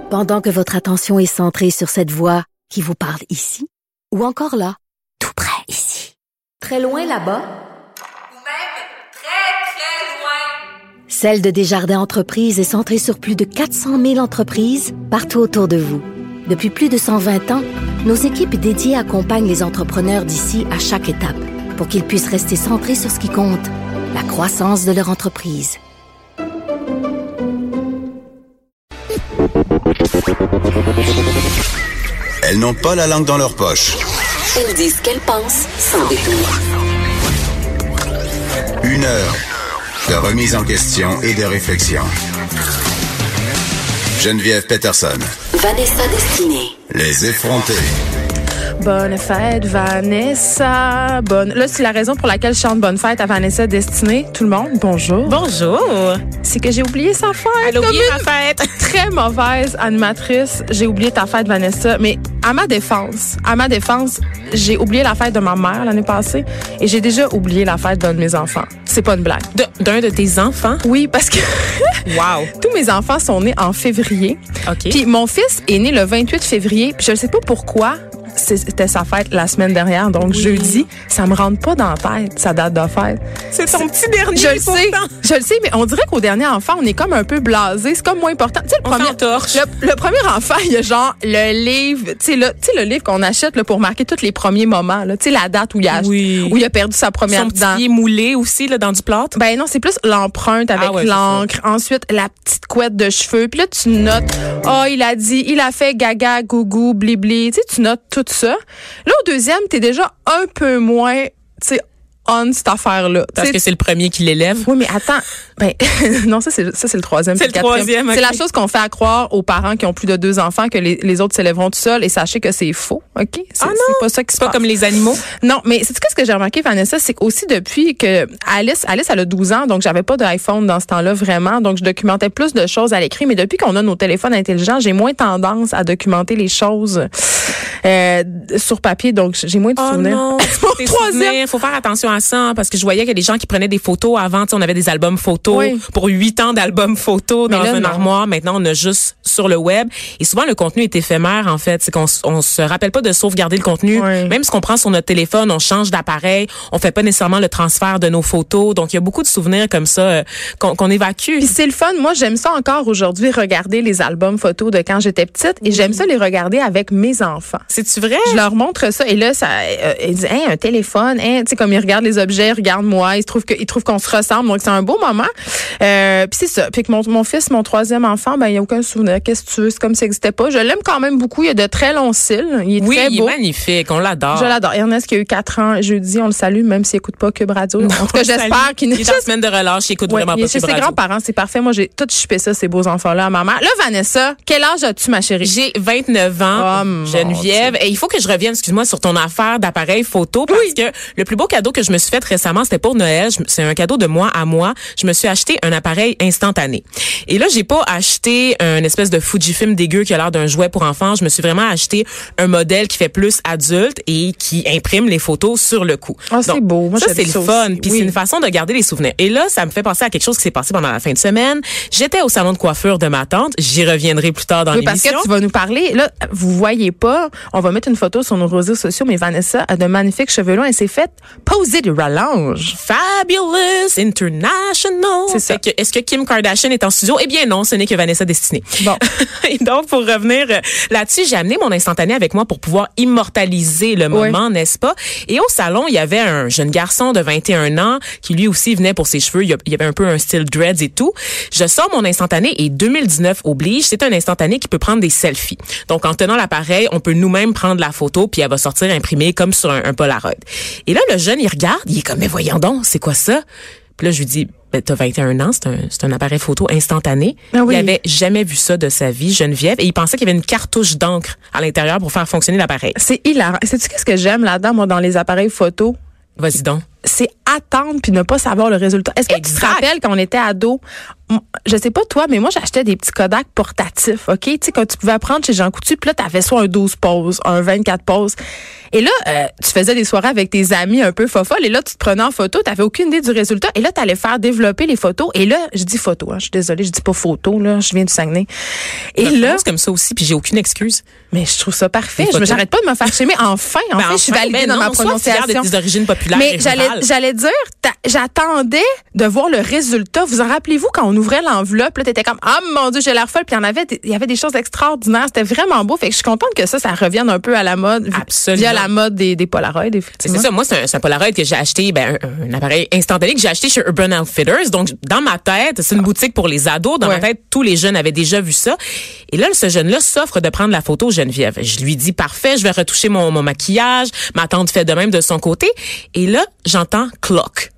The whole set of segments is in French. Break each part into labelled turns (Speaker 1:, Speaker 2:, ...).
Speaker 1: Pendant que votre attention est centrée sur cette voix qui vous parle ici, ou encore là, tout près ici, très loin là-bas,
Speaker 2: ou même très, très loin.
Speaker 1: Celle de Desjardins Entreprises est centrée sur plus de 400 000 entreprises partout autour de vous. Depuis plus de 120 ans, nos équipes dédiées accompagnent les entrepreneurs d'ici à chaque étape pour qu'ils puissent rester centrés sur ce qui compte, la croissance de leur entreprise.
Speaker 3: Elles n'ont pas la langue dans leur poche.
Speaker 4: Elles disent ce qu'elles pensent sans détour.
Speaker 3: 1 heure de remise en question et de réflexion. Geneviève Peterson.
Speaker 4: Vanessa Destinée.
Speaker 3: Les effrontés.
Speaker 5: Bonne fête, Vanessa. Là, c'est la raison pour laquelle je chante Bonne fête à Vanessa Destinée. Tout le monde, bonjour.
Speaker 6: Bonjour.
Speaker 5: C'est que j'ai oublié sa fête.
Speaker 6: Elle a oublié ma fête.
Speaker 5: Très mauvaise animatrice. J'ai oublié ta fête, Vanessa. Mais à ma défense, j'ai oublié la fête de ma mère l'année passée et j'ai déjà oublié la fête d'un de mes enfants. C'est pas une blague.
Speaker 6: D'un de tes enfants?
Speaker 5: Oui, parce que
Speaker 6: wow.
Speaker 5: Tous mes enfants sont nés en février.
Speaker 6: OK.
Speaker 5: Puis mon fils est né le 28 février. Puis je ne sais pas pourquoi. C'était sa fête la semaine dernière, donc jeudi. Ça me rentre pas dans la tête, sa date de fête.
Speaker 6: C'est ton petit dernier,
Speaker 5: je le sais, mais on dirait qu'au dernier enfant, on est comme un peu blasé. C'est comme moins important. Tu sais, le premier enfant, il y a genre le livre, tu sais le livre qu'on achète là, pour marquer tous les premiers moments. Tu sais, la date où il a perdu sa première
Speaker 6: dent. Son petit pied moulé aussi là, dans du plâtre?
Speaker 5: Ben non, c'est plus l'empreinte avec l'encre. Ensuite, la petite couette de cheveux. Puis là, tu notes, il a fait gaga, gougou, blibli. Tu sais, tu notes tout ça. Là, au deuxième, t'es déjà un peu moins, tu sais, on cette affaire-là.
Speaker 6: Parce que c'est le premier qui l'élève.
Speaker 5: Oui, mais attends. Ben, non, ça, c'est le troisième.
Speaker 6: C'est le troisième.
Speaker 5: C'est la chose qu'on fait à croire aux parents qui ont plus de 2 enfants que les autres s'élèveront tout seuls et sachez que c'est faux. OK? C'est pas ça qui se passe.
Speaker 6: Pas comme les animaux?
Speaker 5: Non, mais c'est ce que j'ai remarqué, Vanessa, c'est qu'aussi depuis que Alice, elle a 12 ans, donc j'avais pas d'iPhone dans ce temps-là vraiment, donc je documentais plus de choses à l'écrit, mais depuis qu'on a nos téléphones intelligents, j'ai moins tendance à documenter les choses sur papier, donc j'ai moins de souvenirs.
Speaker 6: Non, troisième. Faut faire attention à ça, parce que je voyais qu'il y a des gens qui prenaient des photos avant, tu sais, on avait des albums photos pour 8 ans d'albums photos dans une armoire. Maintenant, on a juste sur le web. Et souvent, le contenu est éphémère, en fait. C'est qu'on se rappelle pas de sauvegarder le contenu. Oui. Même si on prend sur notre téléphone, on change d'appareil, on fait pas nécessairement le transfert de nos photos. Donc, il y a beaucoup de souvenirs comme ça qu'on évacue.
Speaker 5: Puis c'est le fun. Moi, j'aime ça encore aujourd'hui, regarder les albums photos de quand j'étais petite. Et j'aime ça les regarder avec mes enfants.
Speaker 6: C'est-tu vrai?
Speaker 5: Je leur montre ça. Et là, ils disent, un téléphone, tu sais, comme ils regardent les objets, regarde-moi. Ils trouvent qu'on se ressemble. Donc, c'est un beau moment. Puis c'est ça. Puis que mon fils, mon troisième enfant, ben il n'y a aucun souvenir. Qu'est-ce que tu veux? C'est comme si ça n'existait pas. Je l'aime quand même beaucoup. Il a de très longs cils. Il est très beau.
Speaker 6: Oui, il est magnifique. On l'adore.
Speaker 5: Je l'adore. Ernest qui a eu 4 ans jeudi, on le salue, même s'il n'écoute pas Cube Radio.
Speaker 6: Non,
Speaker 5: en tout cas, j'espère qu'il
Speaker 6: est en semaine de relâche. Il écoute vraiment pas Cube Radio.
Speaker 5: Chez ses grands-parents, c'est parfait. Moi, j'ai tout chipé ça, ces beaux enfants-là à ma mère. Là, Vanessa, quel âge as-tu, ma chérie?
Speaker 6: J'ai 29 ans, Geneviève. Et il faut que je revienne, excuse-moi, sur ton affaire d'appareil photo, parce que le plus beau cadeau que je me suis fait récemment, c'était pour Noël. C'est un cadeau de moi à moi. Je me suis acheté un appareil instantané. Et là, j'ai pas acheté un espèce de Fujifilm dégueu qui a l'air d'un jouet pour enfants. Je me suis vraiment acheté un modèle qui fait plus adulte et qui imprime les photos sur le coup.
Speaker 5: Oh, c'est beau. Moi,
Speaker 6: ça, c'est le fun. Puis c'est une façon de garder les souvenirs. Et là, ça me fait penser à quelque chose qui s'est passé pendant la fin de semaine. J'étais au salon de coiffure de ma tante. J'y reviendrai plus tard dans l'émission.
Speaker 5: Parce que tu vas nous parler. Là, vous voyez pas. On va mettre une photo sur nos réseaux sociaux, mais Vanessa a de magnifiques cheveux longs. Elle s'est faite poser du rallonge.
Speaker 6: Fabulous International.
Speaker 5: C'est ça.
Speaker 6: Est-ce que Kim Kardashian est en studio? Eh bien non, ce n'est que Vanessa Destinée.
Speaker 5: Bon.
Speaker 6: Et donc, pour revenir là-dessus, j'ai amené mon instantané avec moi pour pouvoir immortaliser le moment, n'est-ce pas? Et au salon, il y avait un jeune garçon de 21 ans qui lui aussi venait pour ses cheveux. Il y avait un peu un style dreads et tout. Je sors mon instantané et 2019 oblige. C'est un instantané qui peut prendre des selfies. Donc, en tenant l'appareil, on peut nous-mêmes prendre la photo puis elle va sortir imprimée comme sur un Polaroid. Et là, le jeune, il regarde, il est comme, mais voyons donc, c'est quoi ça? Puis là, je lui dis, ben, t'as 21 ans, c'est un appareil photo instantané. Ah oui. Il avait jamais vu ça de sa vie, Geneviève, et il pensait qu'il y avait une cartouche d'encre à l'intérieur pour faire fonctionner l'appareil.
Speaker 5: C'est hilarant. Sais-tu qu'est-ce que j'aime là-dedans, moi, dans les appareils photo?
Speaker 6: Vas-y donc.
Speaker 5: C'est attendre puis ne pas savoir le résultat. Est-ce que tu te rappelles quand on était ado, je sais pas toi, mais moi, j'achetais des petits Kodak portatifs, OK? Tu sais, quand tu pouvais prendre chez Jean Coutu, puis là, t'avais soit un 12 poses, un 24 poses. Et là, tu faisais des soirées avec tes amis un peu fofolles, et là, tu te prenais en photo, t'avais aucune idée du résultat, et là, t'allais faire développer les photos. Et là, je dis photo, hein, je suis désolée, je dis pas photo, là, je viens du Saguenay. Et là,
Speaker 6: c'est comme ça aussi, puis j'ai aucune excuse.
Speaker 5: Mais je trouve ça parfait. J'arrête pas de me faire chimer. Enfin, je suis validée dans ma prononciation.
Speaker 6: De tes origines populaires.
Speaker 5: Mais j'allais dire, j'attendais de voir le résultat. Vous en rappelez-vous quand on ouvrait l'enveloppe, là, t'étais comme, ah, mon Dieu, j'ai l'air folle. Puis il y avait des choses extraordinaires. C'était vraiment beau. Fait que je suis contente que ça revienne un peu à la mode.
Speaker 6: Absolument.
Speaker 5: Via la mode des Polaroids, effectivement.
Speaker 6: C'est ça. Moi, c'est un Polaroid que j'ai acheté, un appareil instantané que j'ai acheté chez Urban Outfitters. Donc, dans ma tête, c'est une boutique pour les ados. Dans ma tête, tous les jeunes avaient déjà vu ça. Et là, ce jeune-là s'offre de prendre la photo Geneviève. Je lui dis, parfait, je vais retoucher mon maquillage. Ma tante fait de même de son côté. Et là, j'entends cloc.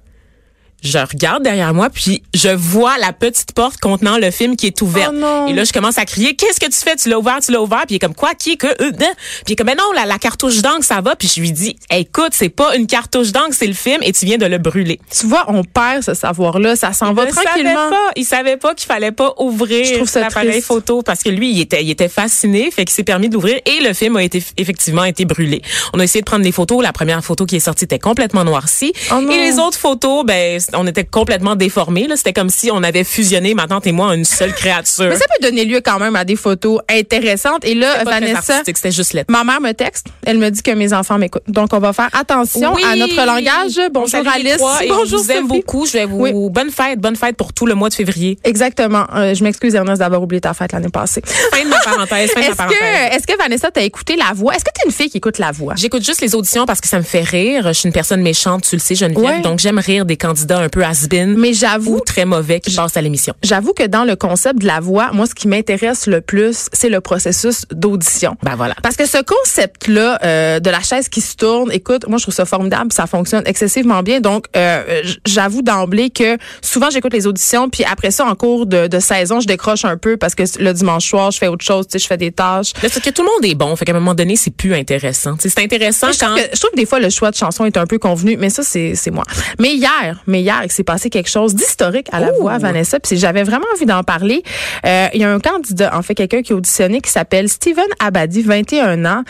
Speaker 6: Je regarde derrière moi, puis je vois la petite porte contenant le film qui est ouverte.
Speaker 5: Oh non.
Speaker 6: Et là, je commence à crier, qu'est-ce que tu fais? Tu l'as ouvert? Puis il est comme, quoi? Puis il est comme, mais non, la cartouche d'encre, ça va. Puis je lui dis, écoute, c'est pas une cartouche d'encre, c'est le film et tu viens de le brûler.
Speaker 5: Tu vois, on perd ce savoir-là. Ça s'en va tranquillement.
Speaker 6: Il savait pas qu'il fallait pas ouvrir l'appareil photo parce que lui, il était fasciné, fait qu'il s'est permis de l'ouvrir et le film a effectivement été brûlé. On a essayé de prendre des photos. La première photo qui est sortie était complètement noircie. Oh et les autres photos, on était complètement déformés. Là. C'était comme si on avait fusionné, ma tante et moi, en une seule créature.
Speaker 5: Mais ça peut donner lieu quand même à des photos intéressantes. Et là, Vanessa,
Speaker 6: c'était juste lettre.
Speaker 5: Ma mère me texte. Elle me dit que mes enfants m'écoutent. Donc, on va faire attention à notre langage. Bonjour Alice.
Speaker 6: Bonjour je vous aime beaucoup. Je vais vous... Bonne fête pour tout le mois de février.
Speaker 5: Exactement. Je m'excuse, Ernest, d'avoir oublié ta fête l'année passée.
Speaker 6: Fin de ma parenthèse.
Speaker 5: Est-ce que Vanessa, t'as écouté La Voix? Est-ce que t'es une fille qui écoute La Voix?
Speaker 6: J'écoute juste les auditions parce que ça me fait rire. Je suis une personne méchante, tu le sais, Geneviève. Donc, j'aime rire des candidats un peu has-been.
Speaker 5: Mais j'avoue,
Speaker 6: ou très mauvais qui passent à l'émission.
Speaker 5: J'avoue que dans le concept de La Voix, moi, ce qui m'intéresse le plus, c'est le processus d'audition.
Speaker 6: Voilà.
Speaker 5: Parce que ce concept-là de la chaise qui se tourne, écoute, moi, je trouve ça formidable, ça fonctionne excessivement bien. Donc, j'avoue d'emblée que souvent, j'écoute les auditions, puis après ça, en cours de saison, je décroche un peu parce que le dimanche soir, je fais autre chose, tu sais, je fais des tâches.
Speaker 6: Là, c'est que tout le monde est bon, fait qu'à un moment donné, c'est plus intéressant. T'sais, c'est intéressant
Speaker 5: je trouve que des fois, le choix de chanson est un peu convenu, mais ça, c'est moi. Mais hier, il s'est passé quelque chose d'historique à La Voix, Vanessa, puis j'avais vraiment envie d'en parler. Il y a un candidat, en fait, quelqu'un qui a auditionné qui s'appelle Steven Abadi, 21 ans,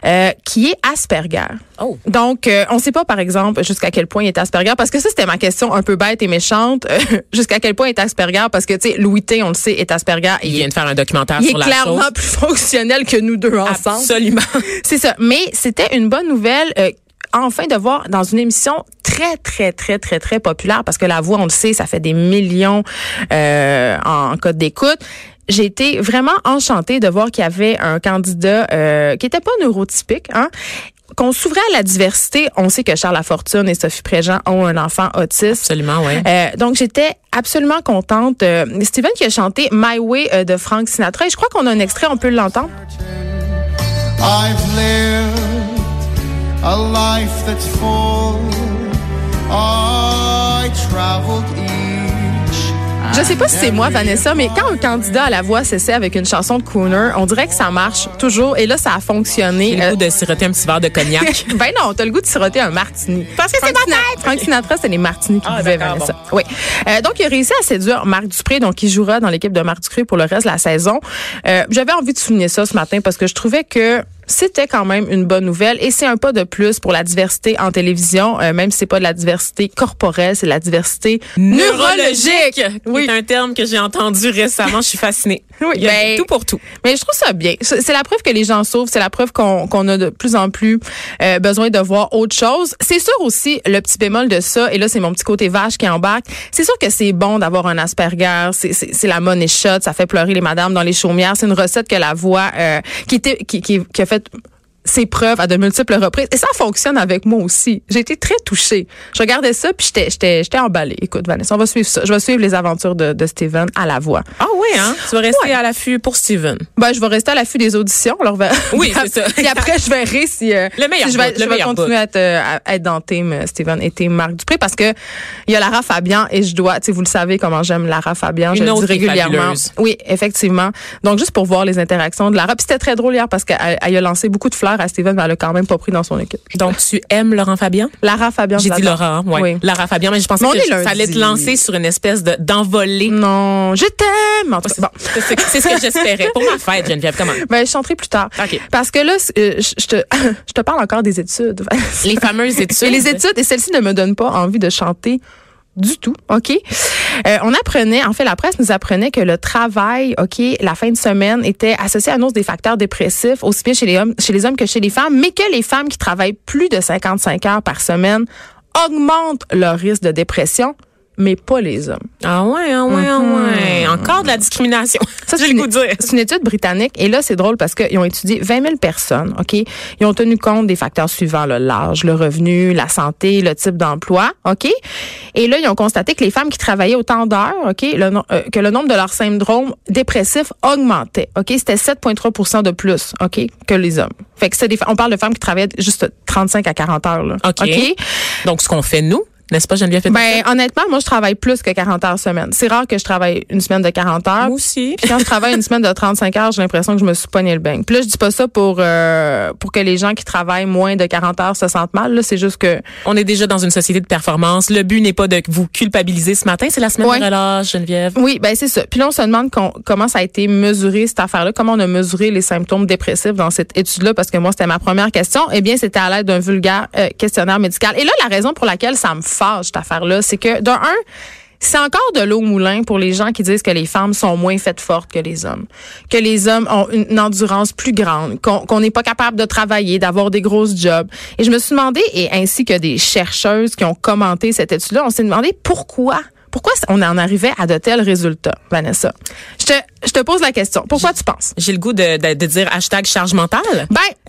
Speaker 5: qui est Asperger.
Speaker 6: Oh.
Speaker 5: Donc, on ne sait pas, par exemple, jusqu'à quel point il est Asperger, parce que ça, c'était ma question un peu bête et méchante. Jusqu'à quel point il est Asperger, parce que, tu sais, Louis T, on le sait, est Asperger.
Speaker 6: Il vient de faire un documentaire sur la chose.
Speaker 5: Il est clairement plus fonctionnel que nous deux ensemble.
Speaker 6: Absolument.
Speaker 5: C'est ça. Mais c'était une bonne nouvelle, enfin de voir dans une émission très, très, très, très, très populaire, parce que La Voix, on le sait, ça fait des millions en code d'écoute. J'ai été vraiment enchantée de voir qu'il y avait un candidat qui était pas neurotypique, hein, qu'on s'ouvrait à la diversité. On sait que Charles Lafortune et Sophie Préjean ont un enfant autiste.
Speaker 6: Absolument, oui.
Speaker 5: Donc, j'étais absolument contente. Steven qui a chanté My Way de Frank Sinatra. Et je crois qu'on a un extrait, on peut l'entendre.
Speaker 7: I've lived a life that's full. I traveled
Speaker 5: Je sais pas si c'est moi, Vanessa, mais quand un candidat à La Voix s'essaie avec une chanson de crooner, on dirait que ça marche toujours. Et là, ça a fonctionné.
Speaker 6: J'ai le goût de siroter un petit verre de cognac.
Speaker 5: Ben non, t'as le goût de siroter un martini.
Speaker 6: Parce que c'est ma tête!
Speaker 5: Frank Sinatra, c'est les martinis qui buvaient, Vanessa. Bon. Oui. Donc, il a réussi à séduire Marc Dupré, donc il jouera dans l'équipe de Marc Dupré pour le reste de la saison. J'avais envie de souligner ça ce matin parce que je trouvais que c'était quand même une bonne nouvelle et c'est un pas de plus pour la diversité en télévision, même si c'est pas de la diversité corporelle, c'est de la diversité neurologique.
Speaker 6: Oui. C'est un terme que j'ai entendu récemment, je suis fascinée.
Speaker 5: Oui,
Speaker 6: il y a tout pour tout.
Speaker 5: Mais je trouve ça bien. C'est la preuve que les gens s'ouvrent, c'est la preuve qu'on a de plus en plus besoin de voir autre chose. C'est sûr aussi, le petit bémol de ça, et là c'est mon petit côté vache qui embarque, c'est sûr que c'est bon d'avoir un Asperger, c'est la money shot, ça fait pleurer les madames dans les chaumières, c'est une recette que La Voix qui a fait ses preuves à de multiples reprises. Et ça fonctionne avec moi aussi. J'ai été très touchée. Je regardais ça, puis j'étais emballée. Écoute, Vanessa, on va suivre ça. Je vais suivre les aventures de Steven à La Voix.
Speaker 6: Ah oui, hein? Tu vas rester à l'affût pour Steven.
Speaker 5: Ben, je vais rester à l'affût des auditions. Alors,
Speaker 6: oui, c'est ça.
Speaker 5: Et après, je verrai si je vais continuer à être dans Team Steven et Team Marc Dupré, parce que il y a Lara Fabian et je dois, tu sais, vous le savez comment j'aime Lara Fabian. Je le dis régulièrement.
Speaker 6: Fabuleuse.
Speaker 5: Oui, effectivement. Donc, juste pour voir les interactions de Lara. Puis c'était très drôle hier parce qu'elle a lancé beaucoup de fleurs plaire à Steven, mais elle a quand même pas pris dans son équipe.
Speaker 6: Donc, tu aimes Laurent Fabian?
Speaker 5: Lara Fabian.
Speaker 6: J'ai dit Laura, hein, ouais.
Speaker 5: Oui.
Speaker 6: Lara Fabian, mais je pensais que ça allait te lancer sur une espèce d'envolée.
Speaker 5: Non, je t'aime. En tout cas, bon.
Speaker 6: C'est ce que j'espérais. Pour ma fête, Geneviève, comment?
Speaker 5: Ben, je chanterai plus tard.
Speaker 6: OK.
Speaker 5: Parce que là, je te parle encore des études.
Speaker 6: Les fameuses études.
Speaker 5: Et les études, et celles-ci ne me donnent pas envie de chanter du tout, OK? On apprenait, en fait, la presse nous apprenait que le travail, OK, la fin de semaine était associé à une hausse des facteurs dépressifs, aussi bien chez les hommes que chez les femmes, mais que les femmes qui travaillent plus de 55 heures par semaine augmentent leur risque de dépression, mais pas les hommes.
Speaker 6: Ah ouais. Encore de la discrimination.
Speaker 5: Ça,
Speaker 6: j'ai le goût de dire.
Speaker 5: C'est une étude britannique. Et là, c'est drôle parce qu'ils ont étudié 20 000 personnes, OK? Ils ont tenu compte des facteurs suivants, là, l'âge, le revenu, la santé, le type d'emploi, OK? Et là, ils ont constaté que les femmes qui travaillaient autant d'heures, OK, que le nombre de leurs syndromes dépressifs augmentait, OK? C'était 7,3 % de plus, OK, que les hommes. Fait que on parle de femmes qui travaillaient juste 35 à 40 heures, là.
Speaker 6: OK. Donc, ce qu'on fait, nous, n'est-ce pas, Geneviève?
Speaker 5: Ben, honnêtement, moi, je travaille plus que 40 heures semaine. C'est rare que je travaille une semaine de 40 heures.
Speaker 6: Moi aussi.
Speaker 5: Puis quand je travaille une semaine de 35 heures, j'ai l'impression que je me suis pogné le beigne. Puis là, je dis pas ça pour que les gens qui travaillent moins de 40 heures se sentent mal. Là, c'est juste que...
Speaker 6: On est déjà dans une société de performance. Le but n'est pas de vous culpabiliser ce matin. C'est la semaine de relâche, Geneviève.
Speaker 5: Oui, ben c'est ça. Puis là, on se demande comment ça a été mesuré, cette affaire-là. Comment on a mesuré les symptômes dépressifs dans cette étude-là? Parce que moi, c'était ma première question. Eh bien, c'était à l'aide d'un vulgaire questionnaire médical. Et là, la raison pour laquelle ça me fâche, cette affaire-là, c'est que, d'un, c'est encore de l'eau au moulin pour les gens qui disent que les femmes sont moins faites fortes que les hommes, que les hommes ont une endurance plus grande, qu'on n'est pas capable de travailler, d'avoir des grosses jobs. Et je me suis demandé, et ainsi que des chercheuses qui ont commenté cette étude-là, on s'est demandé pourquoi on en arrivait à de tels résultats, Vanessa? Je te pose la question. Pourquoi tu penses?
Speaker 6: J'ai le goût de dire # charge mentale.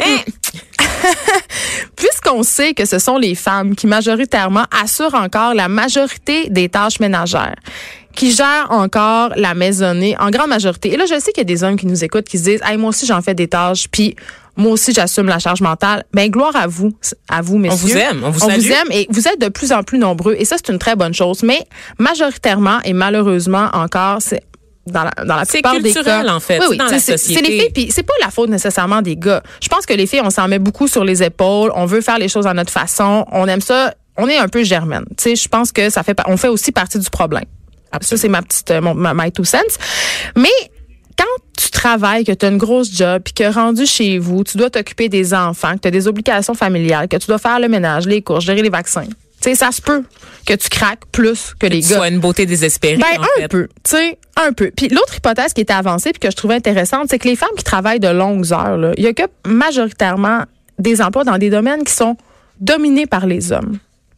Speaker 5: Puisqu'on sait que ce sont les femmes qui majoritairement assurent encore la majorité des tâches ménagères, qui gèrent encore la maisonnée en grande majorité. Et là, je sais qu'il y a des hommes qui nous écoutent qui se disent « Hey, moi aussi, j'en fais des tâches, puis moi aussi, j'assume la charge mentale. » Ben, gloire à vous, messieurs.
Speaker 6: On vous aime, on vous salue.
Speaker 5: On vous aime et vous êtes de plus en plus nombreux. Et ça, c'est une très bonne chose. Mais majoritairement et malheureusement encore, c'est dans la plupart des cas.
Speaker 6: C'est culturel, en fait.
Speaker 5: Oui,
Speaker 6: dans la société.
Speaker 5: C'est les filles, puis c'est pas la faute nécessairement des gars. Je pense que les filles, on s'en met beaucoup sur les épaules. On veut faire les choses à notre façon. On aime ça. On est un peu germaine. Tu sais, je pense que on fait aussi partie du problème. Ça, c'est ma petite, my two cents. Mais quand tu travailles, que tu as une grosse job, puis que rendu chez vous, tu dois t'occuper des enfants, que tu as des obligations familiales, que tu dois faire le ménage, les courses, gérer les vaccins. Tu sais, ça se peut que tu craques plus que les gars.
Speaker 6: Soit une beauté désespérée.
Speaker 5: Ben, un peu. Tu sais, un peu. Puis l'autre hypothèse qui était avancée puis que je trouvais intéressante, c'est que les femmes qui travaillent de longues heures, là, il y a que majoritairement des emplois dans des domaines qui sont dominés par les hommes.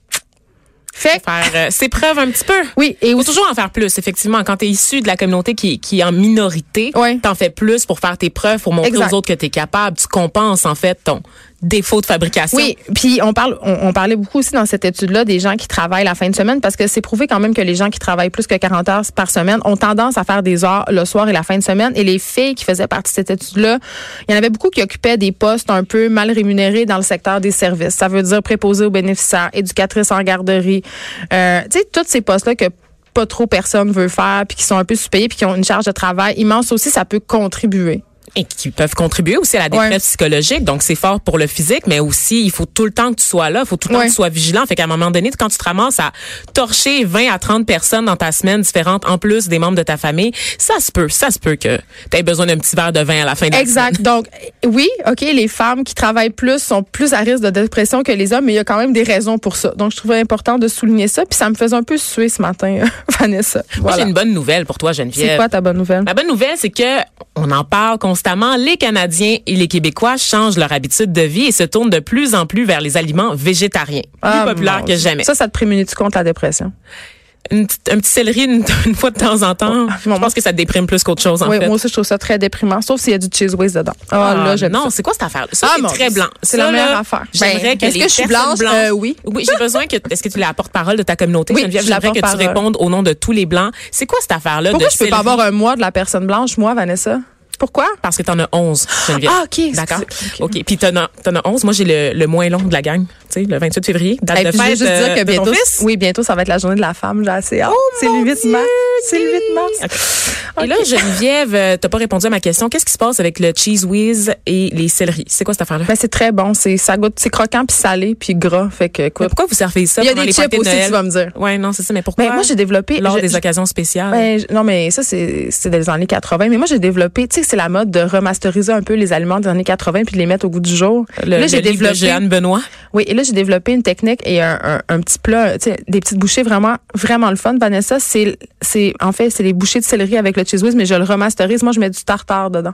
Speaker 6: Fait faire ses preuves un petit peu.
Speaker 5: Oui, et
Speaker 6: faut toujours en faire plus, effectivement. Quand tu es issu de la communauté qui est en minorité, t'en fais plus pour faire tes preuves, pour montrer aux autres que tu es capable. Tu compenses, en fait, ton défaut de fabrication.
Speaker 5: Oui, puis on parlait beaucoup aussi dans cette étude-là des gens qui travaillent la fin de semaine parce que c'est prouvé quand même que les gens qui travaillent plus que 40 heures par semaine ont tendance à faire des heures le soir et la fin de semaine. Et les filles qui faisaient partie de cette étude-là, il y en avait beaucoup qui occupaient des postes un peu mal rémunérés dans le secteur des services. Ça veut dire préposé aux bénéficiaires, éducatrice en garderie. Tu sais, tous ces postes-là que pas trop personne veut faire puis qui sont un peu sous-payés puis qui ont une charge de travail immense aussi, ça peut contribuer.
Speaker 6: Et qui peuvent contribuer aussi à la détresse psychologique. Donc, c'est fort pour le physique, mais aussi, il faut tout le temps que tu sois là. Il faut tout le temps que tu sois vigilant. Fait qu'à un moment donné, quand tu te ramasses à torcher 20 à 30 personnes dans ta semaine différente, en plus des membres de ta famille, ça se peut que tu aies besoin d'un petit verre de vin à la fin de la semaine.
Speaker 5: Exact. Donc, oui, OK, les femmes qui travaillent plus sont plus à risque de dépression que les hommes, mais il y a quand même des raisons pour ça. Donc, je trouvais important de souligner ça. Puis ça me faisait un peu suer ce matin, Vanessa.
Speaker 6: Moi, j'ai une bonne nouvelle pour toi, Geneviève.
Speaker 5: C'est quoi ta bonne nouvelle?
Speaker 6: Ma bonne nouvelle, c'est que on en parle constamment. Les Canadiens et les Québécois changent leur habitude de vie et se tournent de plus en plus vers les aliments végétariens. Plus populaires que jamais.
Speaker 5: Ça te prémunit-tu contre la dépression?
Speaker 6: Un petit céleri une fois de temps en temps. Je pense que ça te déprime plus qu'autre chose, en fait.
Speaker 5: Oui, moi aussi, je trouve ça très déprimant, sauf s'il y a du cheese whiz dedans.
Speaker 6: Non, c'est quoi cette affaire? Ça, c'est très blanc.
Speaker 5: C'est la meilleure affaire.
Speaker 6: J'aimerais que
Speaker 5: est-ce que je suis blanche? Oui.
Speaker 6: Oui, j'ai besoin que... Est-ce que tu es la porte-parole de ta communauté, Geneviève? J'aimerais que tu répondes au nom de tous les blancs. C'est quoi cette affaire-là?
Speaker 5: Pourquoi je peux pas avoir un mois de la personne blanche, moi, Vanessa? Pourquoi?
Speaker 6: Parce que t'en as 11, Geneviève.
Speaker 5: Ah, OK.
Speaker 6: D'accord. OK. Puis t'en as 11. Moi, j'ai le moins long de la gang. tu sais, le 28 février, date
Speaker 5: Et
Speaker 6: de
Speaker 5: puis, je veux
Speaker 6: fête
Speaker 5: juste dire que
Speaker 6: de ton
Speaker 5: bientôt,
Speaker 6: fils.
Speaker 5: oui, bientôt, ça va être la journée de la femme. J'ai assez hâte. C'est le 8 mars. C'est le 8 mars.
Speaker 6: Et là, Geneviève, t'as pas répondu à ma question. Qu'est-ce qui se passe avec le cheese whiz et les céleris? C'est quoi cette affaire-là?
Speaker 5: Ben, c'est très bon. Ça goûte, c'est croquant puis salé puis gras. Fait que,
Speaker 6: Mais
Speaker 5: écoute.
Speaker 6: pourquoi vous servez ça
Speaker 5: Il y a
Speaker 6: pendant
Speaker 5: des
Speaker 6: les
Speaker 5: chips
Speaker 6: parties de
Speaker 5: aussi,
Speaker 6: Noël?
Speaker 5: tu vas me dire.
Speaker 6: Ouais, non, c'est ça. Mais pourquoi?
Speaker 5: Ben, moi, j'ai développé.
Speaker 6: lors des occasions spéciales.
Speaker 5: Ben, non, mais ça, c'est des années 80. Mais moi, j'ai développé, tu sais, c'est la mode de remasteriser un peu les aliments des années 80 puis de les mettre au goût du jour.
Speaker 6: Là, j'ai développé. De Jeanne Benoît.
Speaker 5: Oui, et là, j'ai développé une technique et un petit plat, tu sais, des petites bouchées vraiment, vraiment le fun. Vanessa, en fait, c'est les bouchées de céleri avec le cheese whiz, mais je le remasterise. Moi, je mets du tartare dedans.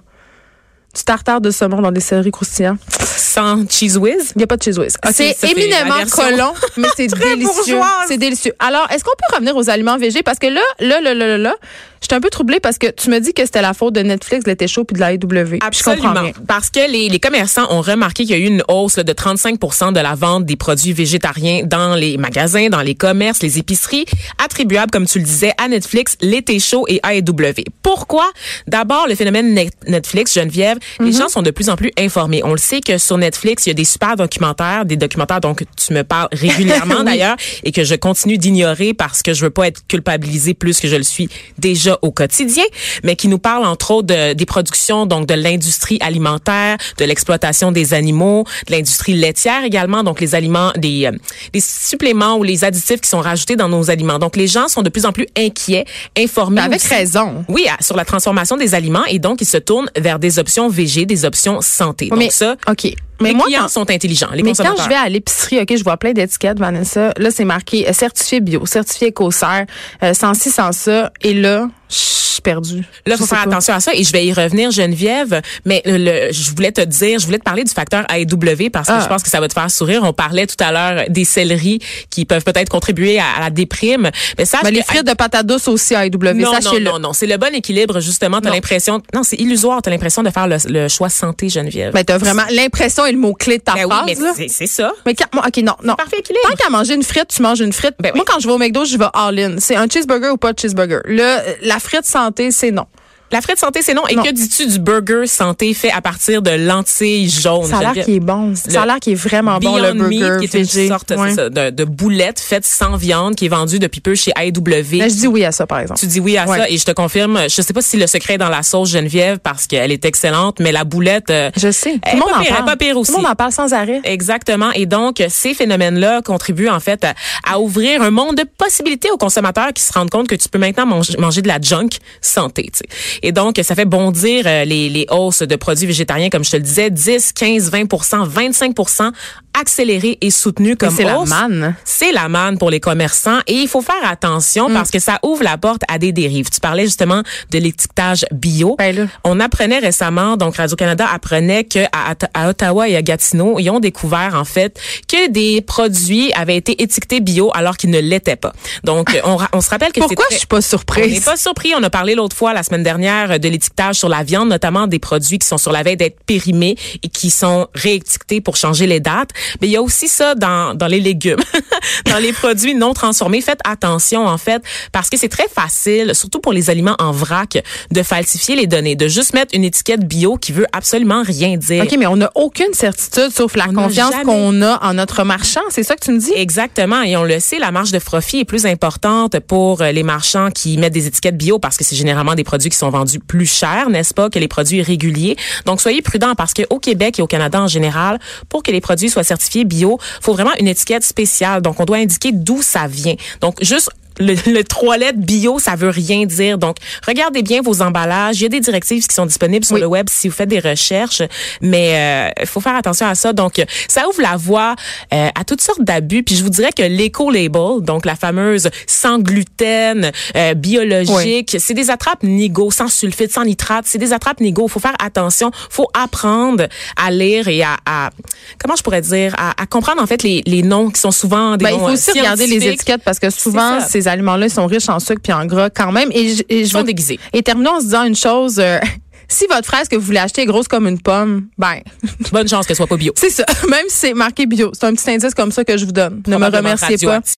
Speaker 5: Du tartare de saumon dans des céleris croustillants.
Speaker 6: Sans cheese whiz?
Speaker 5: Il n'y a pas de cheese whiz.
Speaker 6: Okay,
Speaker 5: c'est
Speaker 6: ça,
Speaker 5: éminemment
Speaker 6: la version
Speaker 5: collant, mais c'est
Speaker 6: très
Speaker 5: délicieux.
Speaker 6: bourgeoise.
Speaker 5: C'est délicieux. Alors, est-ce qu'on peut revenir aux aliments végés? Parce que là, j'étais un peu troublée parce que tu me dis que c'était la faute de Netflix, de l'été chaud puis de la AEW.
Speaker 6: Absolument.
Speaker 5: Je comprends rien.
Speaker 6: Parce que les commerçants ont remarqué qu'il y a eu une hausse là, de 35% de la vente des produits végétariens dans les magasins, dans les commerces, les épiceries, attribuables, comme tu le disais, à Netflix, l'été chaud et AEW. Pourquoi? D'abord, le phénomène Netflix, Geneviève, les gens sont de plus en plus informés. On le sait que sur Netflix, il y a des super documentaires, des documentaires dont tu me parles régulièrement
Speaker 5: Oui.
Speaker 6: d'ailleurs, et que je continue d'ignorer parce que je veux pas être culpabilisée plus que je le suis déjà au quotidien, mais qui nous parle entre autres des productions, donc de l'industrie alimentaire, de l'exploitation des animaux, de l'industrie laitière également, donc les aliments, des suppléments ou les additifs qui sont rajoutés dans nos aliments. Donc les gens sont de plus en plus inquiets, informés.
Speaker 5: Avec
Speaker 6: aussi,
Speaker 5: raison.
Speaker 6: oui, sur la transformation des aliments et donc ils se tournent vers des options végé, des options santé.
Speaker 5: Mais,
Speaker 6: donc ça,
Speaker 5: OK. Mais
Speaker 6: les
Speaker 5: moi,
Speaker 6: clients sont intelligents, les
Speaker 5: mais
Speaker 6: consommateurs.
Speaker 5: quand je vais à l'épicerie, OK, je vois plein d'étiquettes, Vanessa. Là, c'est marqué certifié bio, certifié écocert, sans ci, sans ça. Et là, je suis perdue.
Speaker 6: Là, faut faire attention à ça et je vais y revenir, Geneviève. Mais je voulais te parler du facteur AEW parce que je pense que ça va te faire sourire. On parlait tout à l'heure des céleris qui peuvent peut-être contribuer à la déprime. Mais sache
Speaker 5: les
Speaker 6: que
Speaker 5: frites de patates douces aussi AEW, sachez-le.
Speaker 6: Non, c'est le bon équilibre justement. T'as l'impression, non, c'est illusoire. T'as l'impression de faire le choix santé, Geneviève.
Speaker 5: Ben, t'as vraiment l'impression est le mot clé de ta
Speaker 6: Ben
Speaker 5: phrase.
Speaker 6: oui,
Speaker 5: là.
Speaker 6: mais c'est ça.
Speaker 5: Mais OK, non.
Speaker 6: Parfait équilibre.
Speaker 5: Tant qu'à manger une frite, tu manges une frite.
Speaker 6: Ben
Speaker 5: Moi,
Speaker 6: oui.
Speaker 5: quand je vais au McDo, je vais all-in. C'est un cheeseburger ou pas de cheeseburger. Là, la frite santé, c'est non.
Speaker 6: La frite santé, c'est non. Et
Speaker 5: Non.
Speaker 6: que dis-tu du burger santé fait à partir de lentilles jaunes?
Speaker 5: Ça a l'air
Speaker 6: Geneviève?
Speaker 5: qu'il est bon. Ça a l'air qu'il est vraiment bon, le
Speaker 6: Beyond
Speaker 5: burger.
Speaker 6: Meat, qui est une
Speaker 5: végé.
Speaker 6: sorte
Speaker 5: Ouais.
Speaker 6: c'est ça, de boulette faite sans viande, qui est vendue depuis peu chez AEW.
Speaker 5: Là, je dis oui à ça, par exemple.
Speaker 6: Tu dis oui à
Speaker 5: Ouais.
Speaker 6: ça et je te confirme, je sais pas si le secret est dans la sauce, Geneviève, parce qu'elle est excellente, mais la boulette,
Speaker 5: Je sais. Tout
Speaker 6: elle
Speaker 5: le monde
Speaker 6: est
Speaker 5: en
Speaker 6: pas pire, elle est
Speaker 5: parle.
Speaker 6: pas pire aussi.
Speaker 5: Tout le monde en parle sans arrêt.
Speaker 6: Exactement. Et donc, ces phénomènes-là contribuent en fait à ouvrir un monde de possibilités aux consommateurs qui se rendent compte que tu peux maintenant manger de la junk santé. Tu sais. Et donc, ça fait bondir les hausses de produits végétariens, comme je te le disais, 10, 15, 20%, 25% accélérées et soutenues comme
Speaker 5: c'est la
Speaker 6: hausse.
Speaker 5: manne.
Speaker 6: C'est la manne pour les commerçants et il faut faire attention parce que ça ouvre la porte à des dérives. Tu parlais justement de l'étiquetage bio.
Speaker 5: Ben là.
Speaker 6: On apprenait récemment, donc Radio-Canada apprenait que à Ottawa et à Gatineau, ils ont découvert en fait que des produits avaient été étiquetés bio alors qu'ils ne l'étaient pas. Donc on se rappelle que
Speaker 5: Pourquoi
Speaker 6: c'est
Speaker 5: je suis pas
Speaker 6: on
Speaker 5: surprise?
Speaker 6: n'est pas surpris. On a parlé l'autre fois, la semaine dernière, de l'étiquetage sur la viande, notamment des produits qui sont sur la veille d'être périmés et qui sont réétiquetés pour changer les dates. Mais il y a aussi ça dans les légumes, dans les produits non transformés. Faites attention, en fait, parce que c'est très facile, surtout pour les aliments en vrac, de falsifier les données, de juste mettre une étiquette bio qui veut absolument rien dire.
Speaker 5: OK, mais on n'a aucune certitude sauf la
Speaker 6: On n'a
Speaker 5: confiance
Speaker 6: jamais.
Speaker 5: qu'on a en notre marchand. C'est ça que tu me dis?
Speaker 6: Exactement. Et on le sait, la marge de profit est plus importante pour les marchands qui mettent des étiquettes bio parce que c'est généralement des produits qui sont vendus plus cher, n'est-ce pas, que les produits réguliers. Donc, soyez prudents parce qu'au Québec et au Canada en général, pour que les produits soient certifiés bio, faut vraiment une étiquette spéciale. Donc, on doit indiquer d'où ça vient. Donc, juste le 3 lettres bio, ça veut rien dire. Donc, regardez bien vos emballages. Il y a des directives qui sont disponibles sur le web si vous faites des recherches, mais il faut faire attention à ça. Donc, ça ouvre la voie à toutes sortes d'abus. Puis, je vous dirais que l'éco-label, donc la fameuse sans gluten, biologique, c'est des attrape-nigo, sans sulfite, sans nitrate. C'est des attrape-nigo. Il faut faire attention. Il faut apprendre à lire et à comment je pourrais dire, à comprendre en fait les noms qui sont souvent des
Speaker 5: Ben, il
Speaker 6: noms
Speaker 5: faut aussi regarder les
Speaker 6: scientifiques.
Speaker 5: étiquettes parce que souvent,
Speaker 6: ça.
Speaker 5: ces aliments-là, ils sont riches en sucre puis en gras quand même. Et je
Speaker 6: sont
Speaker 5: vais-
Speaker 6: déguisés.
Speaker 5: Et terminons en se disant une chose. Si votre fraise que vous voulez acheter est grosse comme une pomme, ben,
Speaker 6: Bonne chance qu'elle soit pas bio.
Speaker 5: c'est ça. Même si c'est marqué bio. C'est un petit indice comme ça que je vous donne. Ne me
Speaker 6: Probablement
Speaker 5: remerciez pas.
Speaker 6: radioactif.